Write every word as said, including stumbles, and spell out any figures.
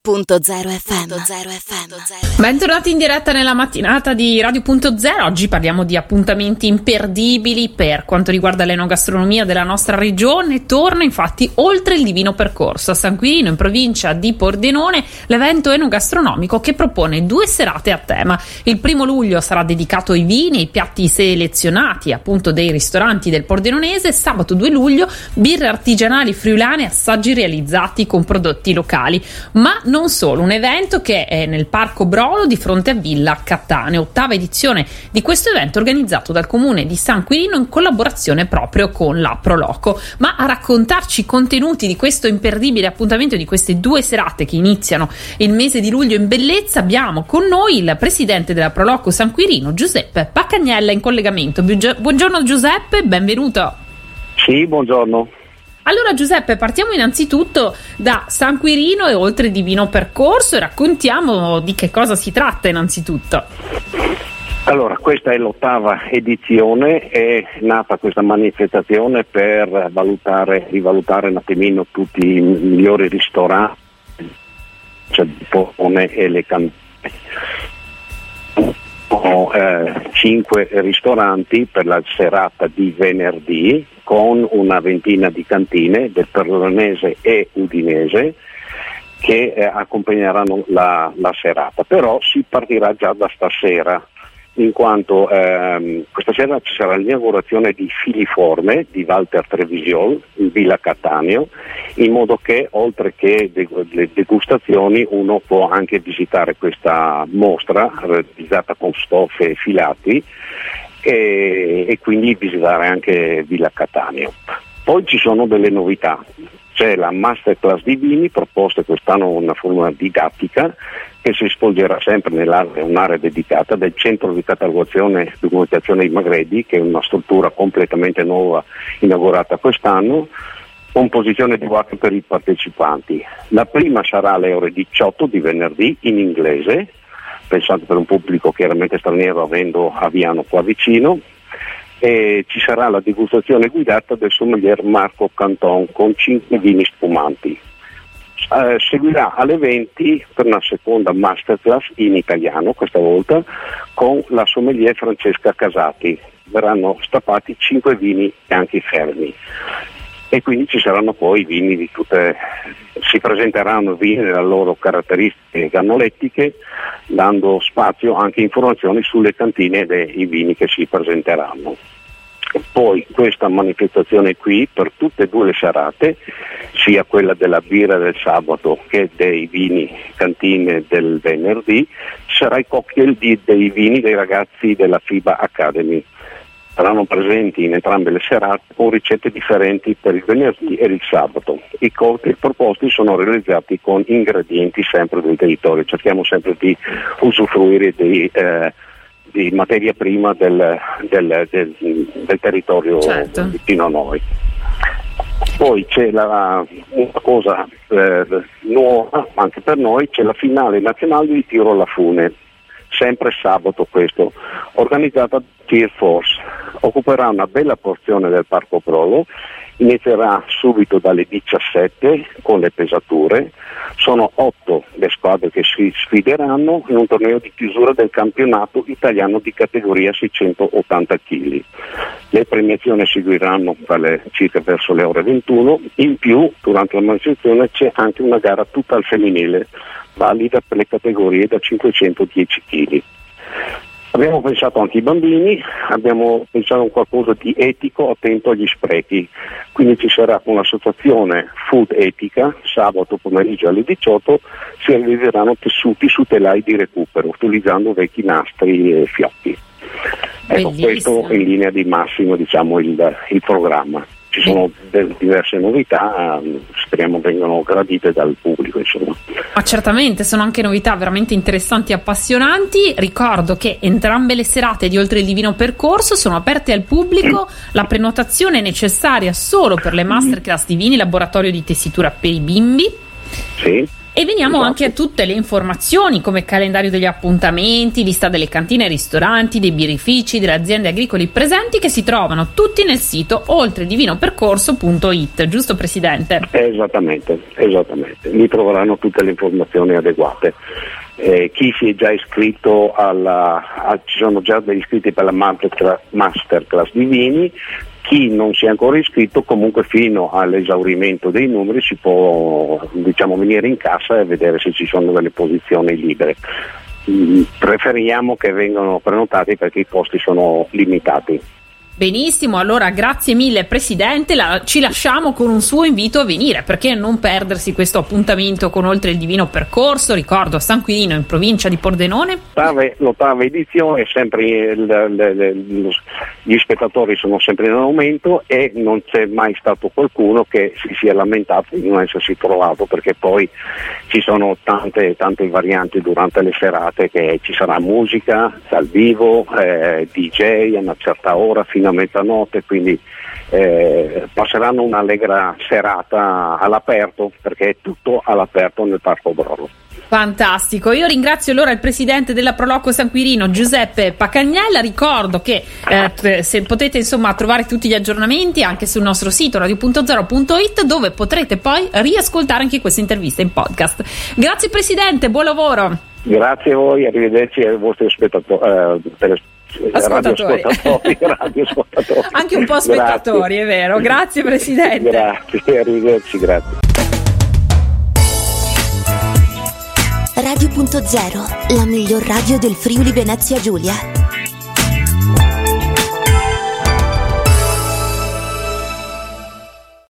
Punto zero F M. Bentornati in diretta nella mattinata di Radio Punto Zero. Oggi parliamo di appuntamenti imperdibili per quanto riguarda l'enogastronomia della nostra regione. Torna infatti Oltre il Divino Percorso a San Quirino, in provincia di Pordenone, l'evento enogastronomico che propone due serate a tema. Il primo luglio sarà dedicato ai vini e ai piatti selezionati appunto dei ristoranti del Pordenonese. Sabato due luglio birre artigianali friulane, assaggi realizzati con prodotti locali. Ma non solo, un evento che è nel Parco Brolo di fronte a Villa Cattaneo, ottava edizione di questo evento organizzato dal comune di San Quirino in collaborazione proprio con la Proloco. Ma a raccontarci i contenuti di questo imperdibile appuntamento, di queste due serate che iniziano il mese di luglio in bellezza, abbiamo con noi il presidente della Proloco San Quirino, Giuseppe Paccagnella, in collegamento. Buongiorno Giuseppe, benvenuto. Sì, buongiorno. Allora Giuseppe, partiamo innanzitutto da San Quirino e Oltre il Divino Percorso e raccontiamo di che cosa si tratta innanzitutto. Allora, questa è l'ottava edizione, è nata questa manifestazione per valutare, rivalutare un attimino tutti i migliori ristoranti, cioè il Pordenone e le cantine. Eh, cinque ristoranti per la serata di venerdì con una ventina di cantine del Pordenonese e Udinese che eh, accompagneranno la, la serata, però si partirà già da stasera, in quanto ehm, questa sera ci sarà l'inaugurazione di Filiforme di Walter Trevisiol in Villa Cattaneo, in modo che oltre che de- le degustazioni uno può anche visitare questa mostra realizzata con stoffe e filati e, e quindi visitare anche Villa Cattaneo. Poi ci sono delle novità. C'è la masterclass di vini, proposta quest'anno una forma didattica che si svolgerà sempre nell'area, un'area dedicata del Centro di Catalogazione e Documentazione di Magredi, che è una struttura completamente nuova inaugurata quest'anno, con posizione di guardia per i partecipanti. La prima sarà alle ore diciotto di venerdì in inglese, pensate per un pubblico chiaramente straniero avendo Aviano qua vicino. E ci sarà la degustazione guidata del sommelier Marco Canton con cinque vini spumanti. Eh, seguirà alle venti per una seconda masterclass in italiano, questa volta con la sommelier Francesca Casati. Verranno stappati cinque vini anche fermi e quindi ci saranno poi vini di tutte, si presenteranno vini nelle loro caratteristiche ganolettiche, dando spazio anche a informazioni sulle cantine dei vini che si presenteranno. Poi questa manifestazione qui per tutte e due le serate, sia quella della birra del sabato che dei vini cantine del venerdì, sarà il cocktail di, dei vini dei ragazzi della FIBA Academy. Saranno presenti in entrambe le serate con ricette differenti per il venerdì e il sabato. I cocktail proposti sono realizzati con ingredienti sempre del territorio, cerchiamo sempre di usufruire dei eh, di materia prima del, del, del, del territorio, certo, vicino a noi. Poi c'è la, una cosa eh, nuova anche per noi, c'è la finale nazionale di tiro alla fune, sempre sabato questo, organizzata da Tier Force. Occuperà una bella porzione del Parco Prolo, inizierà subito dalle diciassette con le pesature. Sono otto le squadre che si sfideranno in un torneo di chiusura del campionato italiano di categoria seicentottanta chili. Le premiazioni seguiranno per le, circa verso le ore ventuno. In più, durante la manifestazione c'è anche una gara tutta al femminile, valida per le categorie da cinquecentodieci chili. Abbiamo pensato anche ai bambini, abbiamo pensato a qualcosa di etico, attento agli sprechi, quindi ci sarà con l'associazione Food Etica, sabato pomeriggio alle diciotto, si realizzeranno tessuti su telai di recupero, utilizzando vecchi nastri e fiocchi. Ecco, questo in linea di massimo, diciamo, il, il programma. Ci sono diverse novità, speriamo vengano gradite dal pubblico, insomma. Ma certamente sono anche novità veramente interessanti e appassionanti. Ricordo che entrambe le serate di Oltre il Divino Percorso sono aperte al pubblico, la prenotazione è necessaria solo per le masterclass di vini, laboratorio di tessitura per i bimbi. Sì. E veniamo esatto. anche a tutte le informazioni come calendario degli appuntamenti, lista delle cantine e ristoranti, dei birrifici, delle aziende agricole presenti, che si trovano tutti nel sito oltredivinopercorso punto it, giusto Presidente? Esattamente, esattamente. Lì troveranno tutte le informazioni adeguate. Eh, chi si è già iscritto alla, a, ci sono già degli iscritti per la Masterclass di vini. Chi non si è ancora iscritto, comunque fino all'esaurimento dei numeri si può, diciamo, venire in cassa e vedere se ci sono delle posizioni libere. Mm, preferiamo che vengano prenotati perché i posti sono limitati. Benissimo, allora grazie mille Presidente, la, ci lasciamo con un suo invito a venire, perché non perdersi questo appuntamento con Oltre il Divino Percorso, ricordo a San Quirino in provincia di Pordenone. L'ottava, l'ottava edizione, sempre il, il, il, gli spettatori sono sempre in aumento e non c'è mai stato qualcuno che si sia lamentato di non essersi trovato, perché poi ci sono tante, tante varianti durante le serate, che ci sarà musica dal vivo, eh, D J a una certa ora fino a mezzanotte, quindi eh, passeranno un'allegra serata all'aperto, perché è tutto all'aperto nel Parco Brolo. Fantastico, io ringrazio allora il presidente della Proloco San Quirino Giuseppe Pacagnella. Ricordo che eh, se potete insomma trovare tutti gli aggiornamenti anche sul nostro sito radio punto zero punto it, dove potrete poi riascoltare anche questa intervista in podcast. Grazie Presidente, buon lavoro. Grazie a voi, arrivederci ai vostri spettatori, eh, telespettatori. Ascoltatori. Radioascoltatori, radioascoltatori. Anche un po' spettatori, grazie. È vero. Grazie Presidente. Grazie, arrivederci, grazie. Radio punto zero, la miglior radio del Friuli Venezia Giulia.